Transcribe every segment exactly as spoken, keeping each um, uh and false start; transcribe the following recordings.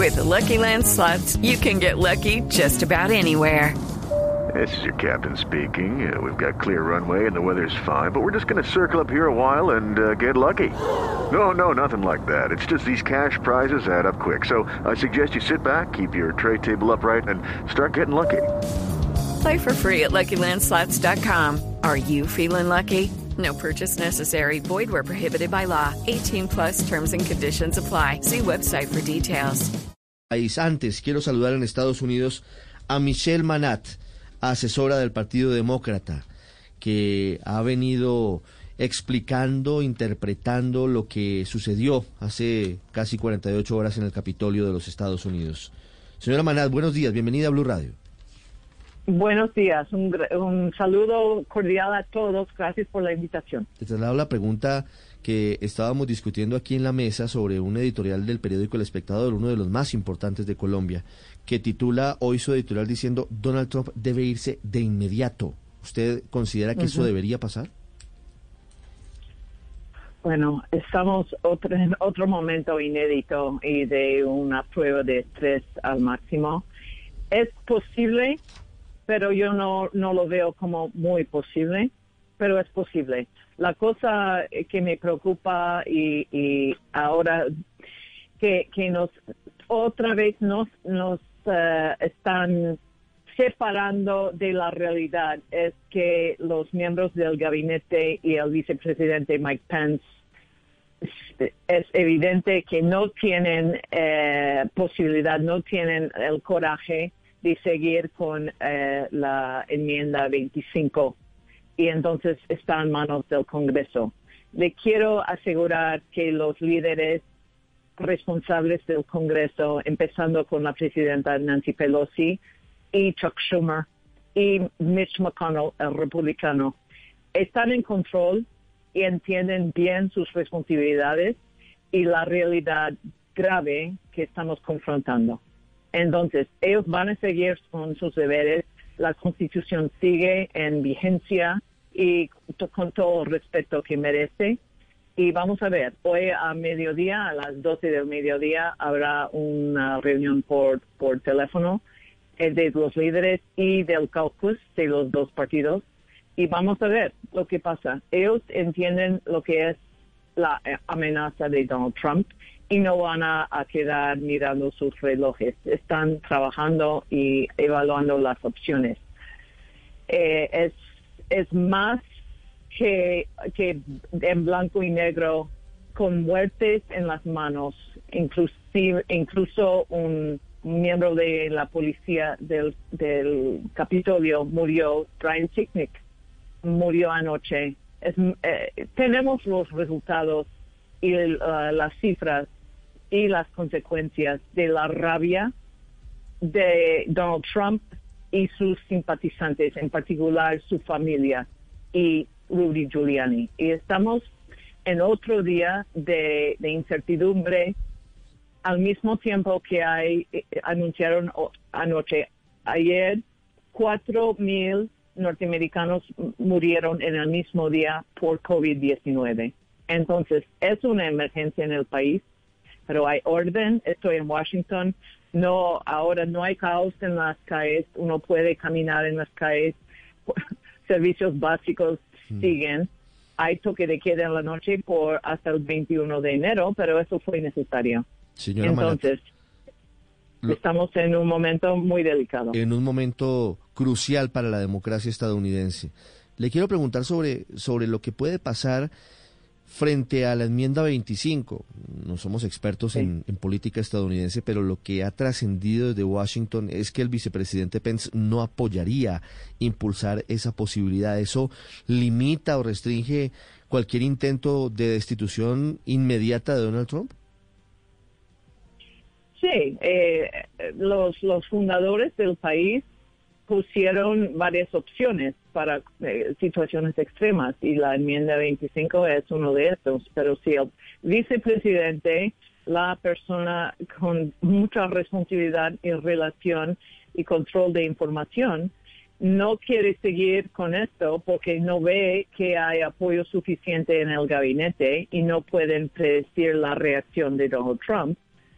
With the Lucky Land Slots, you can get lucky just about anywhere. This is your captain speaking. Uh, we've got clear runway and the weather's fine, but we're just going to circle up here a while and uh, get lucky. No, no, nothing like that. It's just these cash prizes add up quick. So I suggest you sit back, keep your tray table upright, and start getting lucky. Play for free at Lucky Land Slots dot com. Are you feeling lucky? No purchase necessary. Void where prohibited by law. eighteen plus terms and conditions apply. See website for details. Antes, quiero saludar en Estados Unidos a Michelle Manat, asesora del Partido Demócrata, que ha venido explicando, interpretando lo que sucedió hace casi cuarenta y ocho horas en el Capitolio de los Estados Unidos. Señora Manat, buenos días, bienvenida a Blue Radio. Buenos días, un, un saludo cordial a todos, gracias por la invitación. Te traslado la pregunta que estábamos discutiendo aquí en la mesa sobre un editorial del periódico El Espectador, uno de los más importantes de Colombia, que titula hoy su editorial diciendo Donald Trump debe irse de inmediato. ¿Usted considera que uh-huh. eso debería pasar? Bueno, estamos otro, en otro momento inédito y de una prueba de estrés al máximo. Es posible, pero yo no, no lo veo como muy posible, pero es posible. La cosa que me preocupa y, y ahora que, que nos otra vez nos, nos uh, están separando de la realidad es que los miembros del gabinete y el vicepresidente Mike Pence es evidente que no tienen eh, posibilidad, no tienen el coraje de seguir con eh, la enmienda veinticinco y entonces está en manos del Congreso. Le quiero asegurar que los líderes responsables del Congreso, empezando con la presidenta Nancy Pelosi y Chuck Schumer y Mitch McConnell, el republicano, están en control y entienden bien sus responsabilidades y la realidad grave que estamos confrontando. Entonces, ellos van a seguir con sus deberes, la Constitución sigue en vigencia y to- con todo el respeto que merece. Y vamos a ver, hoy a mediodía, a las doce del mediodía, habrá una reunión por, por teléfono eh, de los líderes y del caucus de los dos partidos. Y vamos a ver lo que pasa. Ellos entienden lo que es la amenaza de Donald Trump y no van a, a quedar mirando sus relojes. Están trabajando y evaluando las opciones. Eh, es, es más que, que en blanco y negro, con muertes en las manos. Inclusive, incluso un miembro de la policía del, del Capitolio murió, Brian Sicknick. Murió anoche. Es, eh, tenemos los resultados y el, uh, las cifras y las consecuencias de la rabia de Donald Trump y sus simpatizantes, en particular su familia y Rudy Giuliani. Y estamos en otro día de, de incertidumbre, al mismo tiempo que hay, eh, anunciaron anoche, ayer, cuatro mil norteamericanos murieron en el mismo día por COVID diecinueve. Entonces, es una emergencia en el país, pero hay orden. Estoy en Washington. No, ahora no hay caos en las calles. Uno puede caminar en las calles. Servicios básicos mm. siguen. Hay toque de queda en la noche por hasta el veintiuno de enero, pero eso fue necesario. Señora Entonces, Lo, estamos en un momento muy delicado. En un momento crucial para la democracia estadounidense. Le quiero preguntar sobre, sobre lo que puede pasar frente a la enmienda veinticinco. No somos expertos sí. en, en política estadounidense, pero lo que ha trascendido desde Washington es que el vicepresidente Pence no apoyaría impulsar esa posibilidad. ¿Eso limita o restringe cualquier intento de destitución inmediata de Donald Trump? Sí, eh, los, los fundadores del país pusieron varias opciones para eh, situaciones extremas y la enmienda veinticinco es uno de estos. Pero si el vicepresidente, la persona con mucha responsabilidad en relación y control de información, no quiere seguir con esto porque no ve que hay apoyo suficiente en el gabinete y no pueden predecir la reacción de Donald Trump,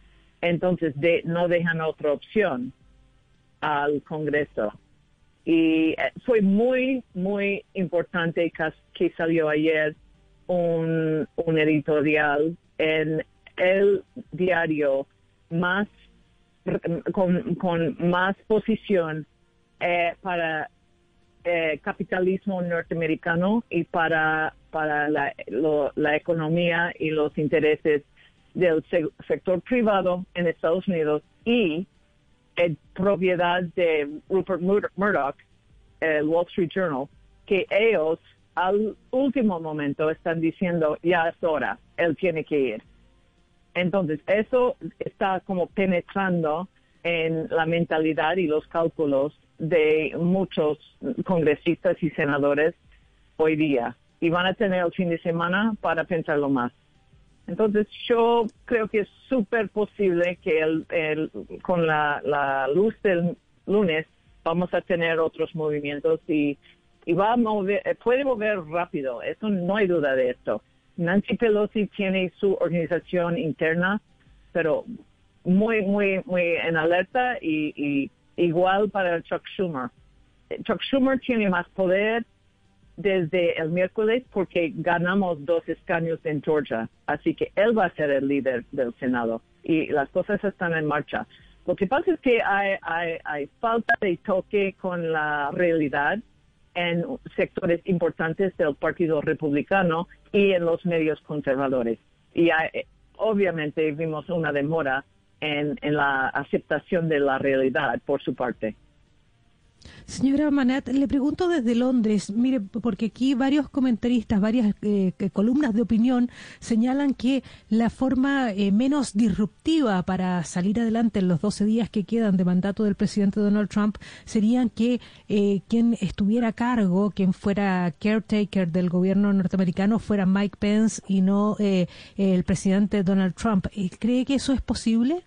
Entonces de, no dejan otra opción al Congreso. Y fue muy, muy importante que, que salió ayer un, un editorial en el diario más con, con más posición eh, para eh, capitalismo norteamericano y para, para la, lo, la economía y los intereses del se- sector privado en Estados Unidos y en propiedad de Rupert Mur- Murdoch, el Wall Street Journal, que ellos al último momento están diciendo ya es hora, él tiene que ir. Entonces, eso está como penetrando en la mentalidad y los cálculos de muchos congresistas y senadores hoy día. Y van a tener el fin de semana para pensarlo más. Entonces, yo creo que es súper posible que el, el, con la, la luz del lunes vamos a tener otros movimientos y, y va a mover, puede mover rápido, eso no hay duda de esto. Nancy Pelosi tiene su organización interna, pero muy, muy, muy en alerta y, y igual para Chuck Schumer. Chuck Schumer tiene más poder desde el miércoles porque ganamos dos escaños en Georgia, así que él va a ser el líder del Senado y las cosas están en marcha. Lo que pasa es que hay, hay, hay falta de toque con la realidad en sectores importantes del Partido Republicano y en los medios conservadores. Y hay, obviamente vimos una demora en, en la aceptación de la realidad por su parte. Señora Manat, le pregunto desde Londres, mire, porque aquí varios comentaristas, varias eh, columnas de opinión señalan que la forma eh, menos disruptiva para salir adelante en los doce días que quedan de mandato del presidente Donald Trump serían que eh, quien estuviera a cargo, quien fuera caretaker del gobierno norteamericano fuera Mike Pence y no eh, el presidente Donald Trump. ¿Cree que eso es posible?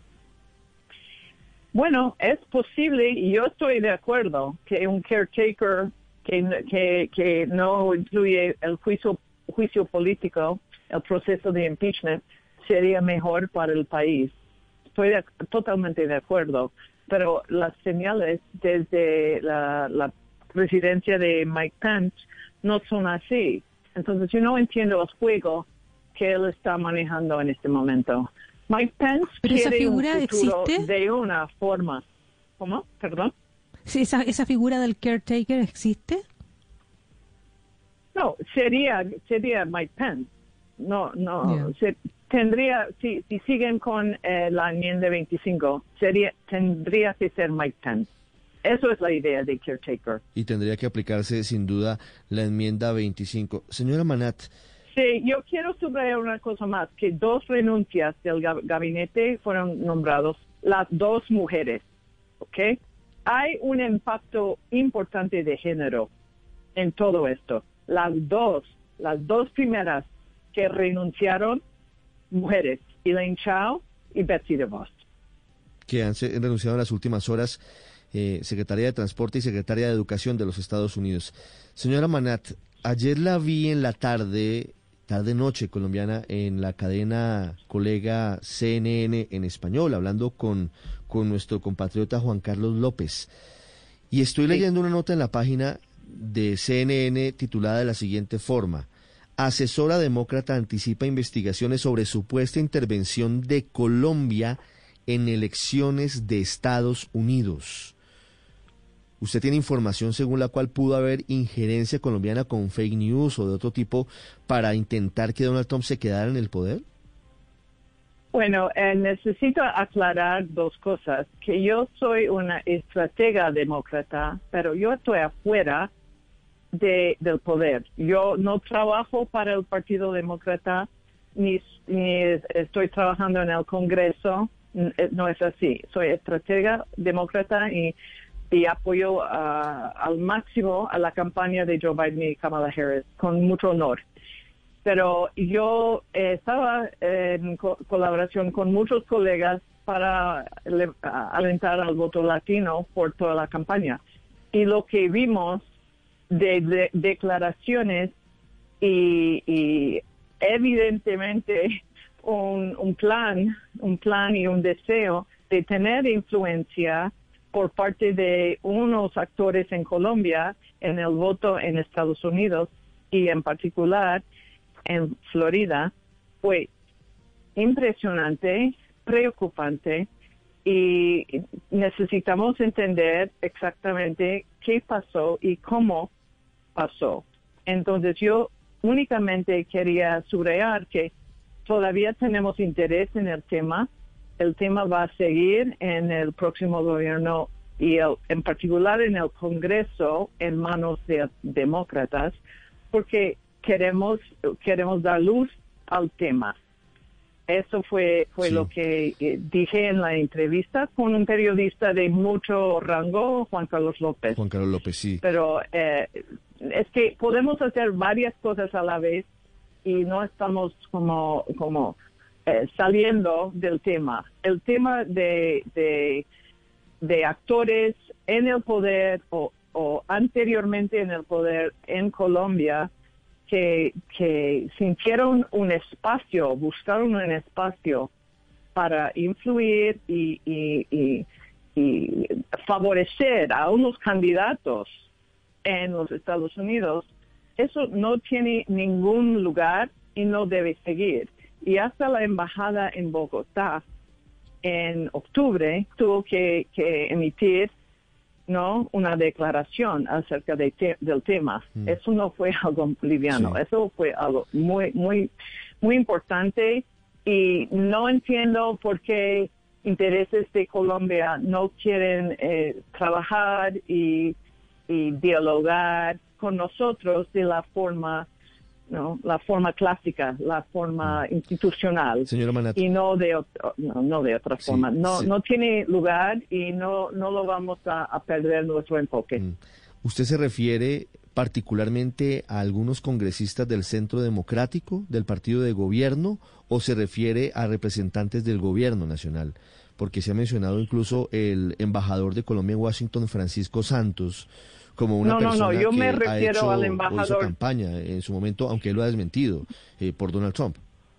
Bueno, es posible y yo estoy de acuerdo que un caretaker que, que, que no incluye el juicio, juicio político, el proceso de impeachment, sería mejor para el país. Estoy de, totalmente de acuerdo, pero las señales desde la, la presidencia de Mike Pence no son así. Entonces yo no entiendo el juego que él está manejando en este momento. Mike Pence ¿Pero esa quiere figura un futuro existe? De una forma. ¿Cómo? ¿Perdón? Sí, esa, esa figura del caretaker existe. No, sería sería Mike Pence. No, no. Yeah. Se, tendría, si, si siguen con eh, la enmienda veinticinco, sería tendría que ser Mike Pence. Eso es la idea de caretaker. Y tendría que aplicarse sin duda la enmienda veinticinco. Señora Manat. Sí, yo quiero subrayar una cosa más, que dos renuncias del gabinete fueron nombrados, las dos mujeres, ¿ok? Hay un impacto importante de género en todo esto. Las dos, las dos primeras que renunciaron, mujeres, Elaine Chao y Betsy DeVos. Que han renunciado en las últimas horas, eh, secretaria de Transporte y secretaria de Educación de los Estados Unidos. Señora Manat, ayer la vi en la tarde... tarde-noche colombiana en la cadena colega C N N en español, hablando con, con nuestro compatriota Juan Carlos López. Y estoy leyendo una nota en la página de C N N titulada de la siguiente forma: asesora demócrata anticipa investigaciones sobre supuesta intervención de Colombia en elecciones de Estados Unidos. ¿Usted tiene información según la cual pudo haber injerencia colombiana con fake news o de otro tipo para intentar que Donald Trump se quedara en el poder? Bueno, eh, necesito aclarar dos cosas. Que yo soy una estratega demócrata, pero yo estoy afuera de, del poder. Yo no trabajo para el Partido Demócrata, ni, ni estoy trabajando en el Congreso. No es así. Soy estratega demócrata y... y apoyo uh, al máximo a la campaña de Joe Biden y Kamala Harris, con mucho honor. Pero yo eh, estaba en co- colaboración con muchos colegas para le- alentar al voto latino por toda la campaña. Y lo que vimos de, de declaraciones y, y evidentemente un, un plan, un plan y un deseo de tener influencia por parte de unos actores en Colombia en el voto en Estados Unidos y en particular en Florida, fue impresionante, preocupante, y necesitamos entender exactamente qué pasó y cómo pasó. Entonces yo únicamente quería subrayar que todavía tenemos interés en el tema. El tema va a seguir en el próximo gobierno y el, en particular en el Congreso en manos de demócratas, porque queremos queremos dar luz al tema. Eso fue fue sí. lo que eh, dije en la entrevista con un periodista de mucho rango, Juan Carlos López. Juan Carlos López, sí. Pero eh, es que podemos hacer varias cosas a la vez y no estamos como como eh, saliendo del tema. El tema de, de, de actores en el poder o, o anteriormente en el poder en Colombia que, que sintieron un espacio, buscaron un espacio para influir y, y, y, y favorecer a unos candidatos en los Estados Unidos, eso no tiene ningún lugar y no debe seguir. Y hasta la embajada en Bogotá en octubre tuvo que, que emitir no una declaración acerca de te, del tema. Mm. Eso no fue algo liviano, sí. Eso fue algo muy muy muy importante, y no entiendo por qué intereses de Colombia no quieren eh, trabajar y, y dialogar con nosotros de la forma no la forma clásica, la forma mm. institucional, señora Manat, y no de otro, no, no de otra sí, forma. No sí. no tiene lugar y no no lo vamos a, a perder nuestro enfoque. Mm. ¿Usted se refiere particularmente a algunos congresistas del Centro Democrático, del partido de gobierno, o se refiere a representantes del gobierno nacional? Porque se ha mencionado incluso el embajador de Colombia en Washington, Francisco Santos, como una no, persona no, no, yo que me refiero ha hecho, al embajador. hizo campaña en su momento, aunque él lo ha desmentido, eh, por Donald Trump.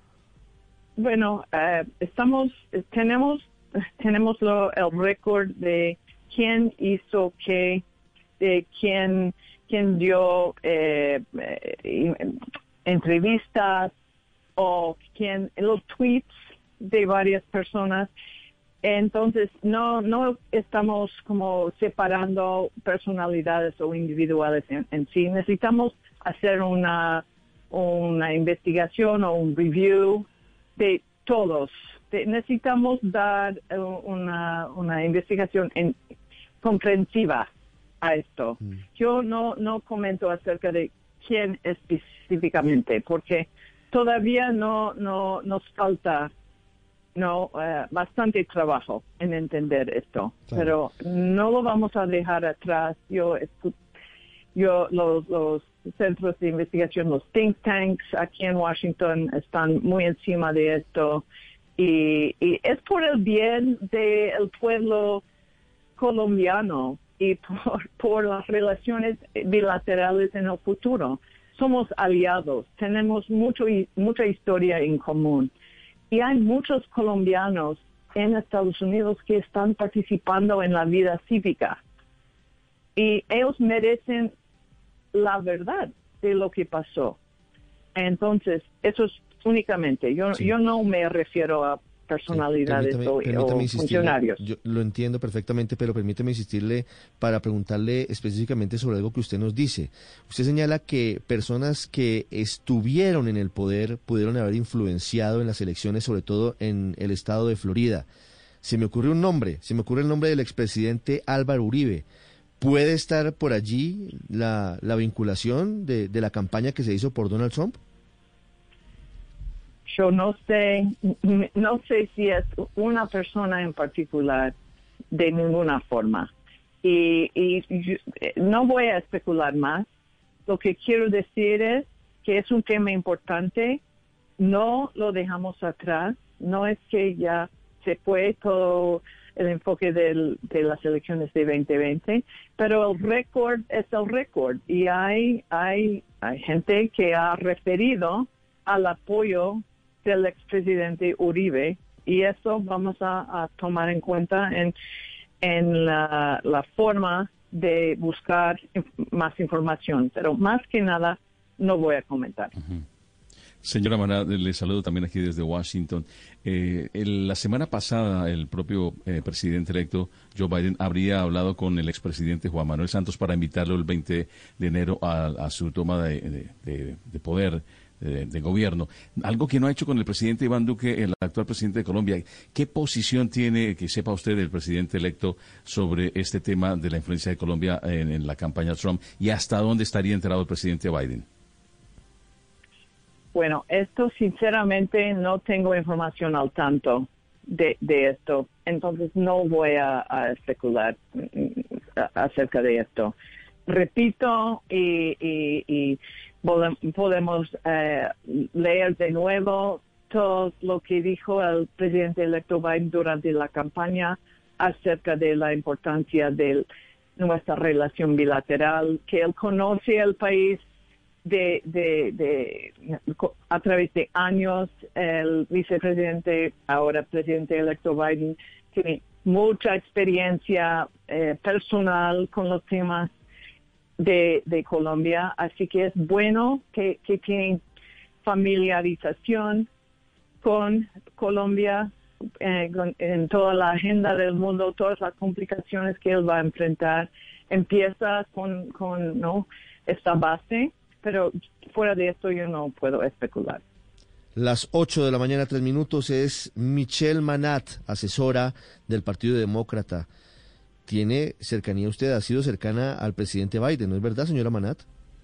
Bueno, eh, estamos, tenemos, tenemos lo, el récord de quién hizo qué, de quién, quién dio eh, eh, entrevistas o quién, los tweets de varias personas. Entonces, no no estamos como separando personalidades o individuales en, en sí. Necesitamos hacer una, una investigación o un review de todos. De, necesitamos dar una, una investigación en, comprensiva a esto. Mm. Yo no, no comento acerca de quién específicamente, porque todavía no, no nos falta no uh, bastante trabajo en entender esto, claro. Pero no lo vamos a dejar atrás. Yo, yo los, los centros de investigación, los think tanks aquí en Washington están muy encima de esto, y, y es por el bien del pueblo colombiano y por, por las relaciones bilaterales en el futuro. Somos aliados, tenemos mucho mucha historia en común. Y hay muchos colombianos en Estados Unidos que están participando en la vida cívica. Y ellos merecen la verdad de lo que pasó. Entonces, eso es únicamente. Yo, sí. yo no me refiero a personalidades sí, permítame, o, permítame o funcionarios. Yo lo entiendo perfectamente, pero permíteme insistirle para preguntarle específicamente sobre algo que usted nos dice. Usted señala que personas que estuvieron en el poder pudieron haber influenciado en las elecciones, sobre todo en el estado de Florida. Se me ocurre un nombre, se me ocurre el nombre del expresidente Álvaro Uribe. ¿Puede estar por allí la, la vinculación de, de la campaña que se hizo por Donald Trump? Yo no sé, no sé si es una persona en particular de ninguna forma. Y, y yo, no voy a especular más. Lo que quiero decir es que es un tema importante. No lo dejamos atrás. No es que ya se fue todo el enfoque del, de las elecciones de veinte veinte, pero el récord es el récord. Y hay, hay, hay gente que ha referido al apoyo del expresidente Uribe, y eso vamos a, a tomar en cuenta en, en la, la forma de buscar más información, pero más que nada no voy a comentar. Uh-huh. Señora Manat, le saludo también aquí desde Washington. Eh, el, la semana pasada, el propio eh, presidente electo, Joe Biden, habría hablado con el expresidente Juan Manuel Santos para invitarlo el veinte de enero a, a su toma de, de, de, de poder, de, de gobierno. Algo que no ha hecho con el presidente Iván Duque, el actual presidente de Colombia. ¿Qué posición tiene, que sepa usted, el presidente electo sobre este tema de la influencia de Colombia en, en la campaña Trump? ¿Y hasta dónde estaría enterado el presidente Biden? Bueno, esto sinceramente no tengo información al tanto de, de esto, entonces no voy a, a especular acerca de esto. Repito, y, y, y podemos eh, leer de nuevo todo lo que dijo el presidente electo Biden durante la campaña acerca de la importancia de nuestra relación bilateral, que él conoce el país De, de, de, a través de años. El vicepresidente, ahora presidente electo Biden, tiene mucha experiencia eh, personal con los temas de, de Colombia, así que es bueno que, que tiene familiarización con Colombia, eh, con, en toda la agenda del mundo, todas las complicaciones que él va a enfrentar. Empieza con, con ¿no? esta base, pero fuera de esto yo no puedo especular. Las ocho de la mañana, tres minutos, es Michelle Manat, asesora del Partido Demócrata. ¿Tiene cercanía usted? ¿Ha sido cercana al presidente Biden? ¿No es verdad, señora Manat?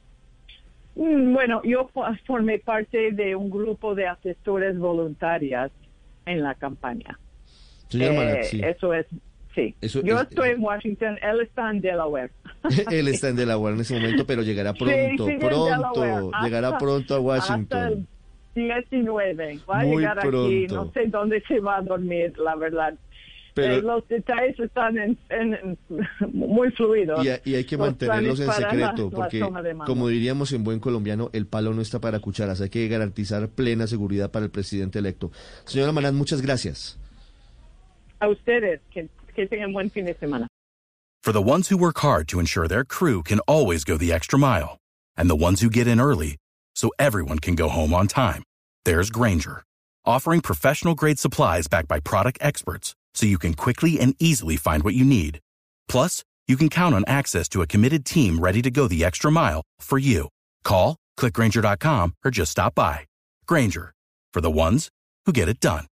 Bueno, yo formé parte de un grupo de asesores voluntarias en la campaña. Señora eh, Manat, sí. Eso es, sí. Eso yo es, estoy es... en Washington, él está en Delaware. Él está en Delaware en ese momento, pero llegará pronto, sí, sí, pronto, llegará hasta, pronto a Washington. Hasta el diecinueve, va a Muy llegar pronto. aquí, no sé dónde se va a dormir, la verdad. Pero, eh, los detalles están en, en, en, muy fluidos. Y, y hay que mantenerlos en secreto, la, porque, la como diríamos en buen colombiano, el palo no está para cucharas. Hay que garantizar plena seguridad para el presidente electo. Señora Manat, muchas gracias. A ustedes, que, que tengan buen fin de semana. For the ones who work hard to ensure their crew can always go the extra mile, and the ones who get in early so everyone can go home on time, there's Grainger, offering professional-grade supplies backed by product experts so you can quickly and easily find what you need. Plus, you can count on access to a committed team ready to go the extra mile for you. Call, click Grainger dot com, or just stop by. Grainger, for the ones who get it done.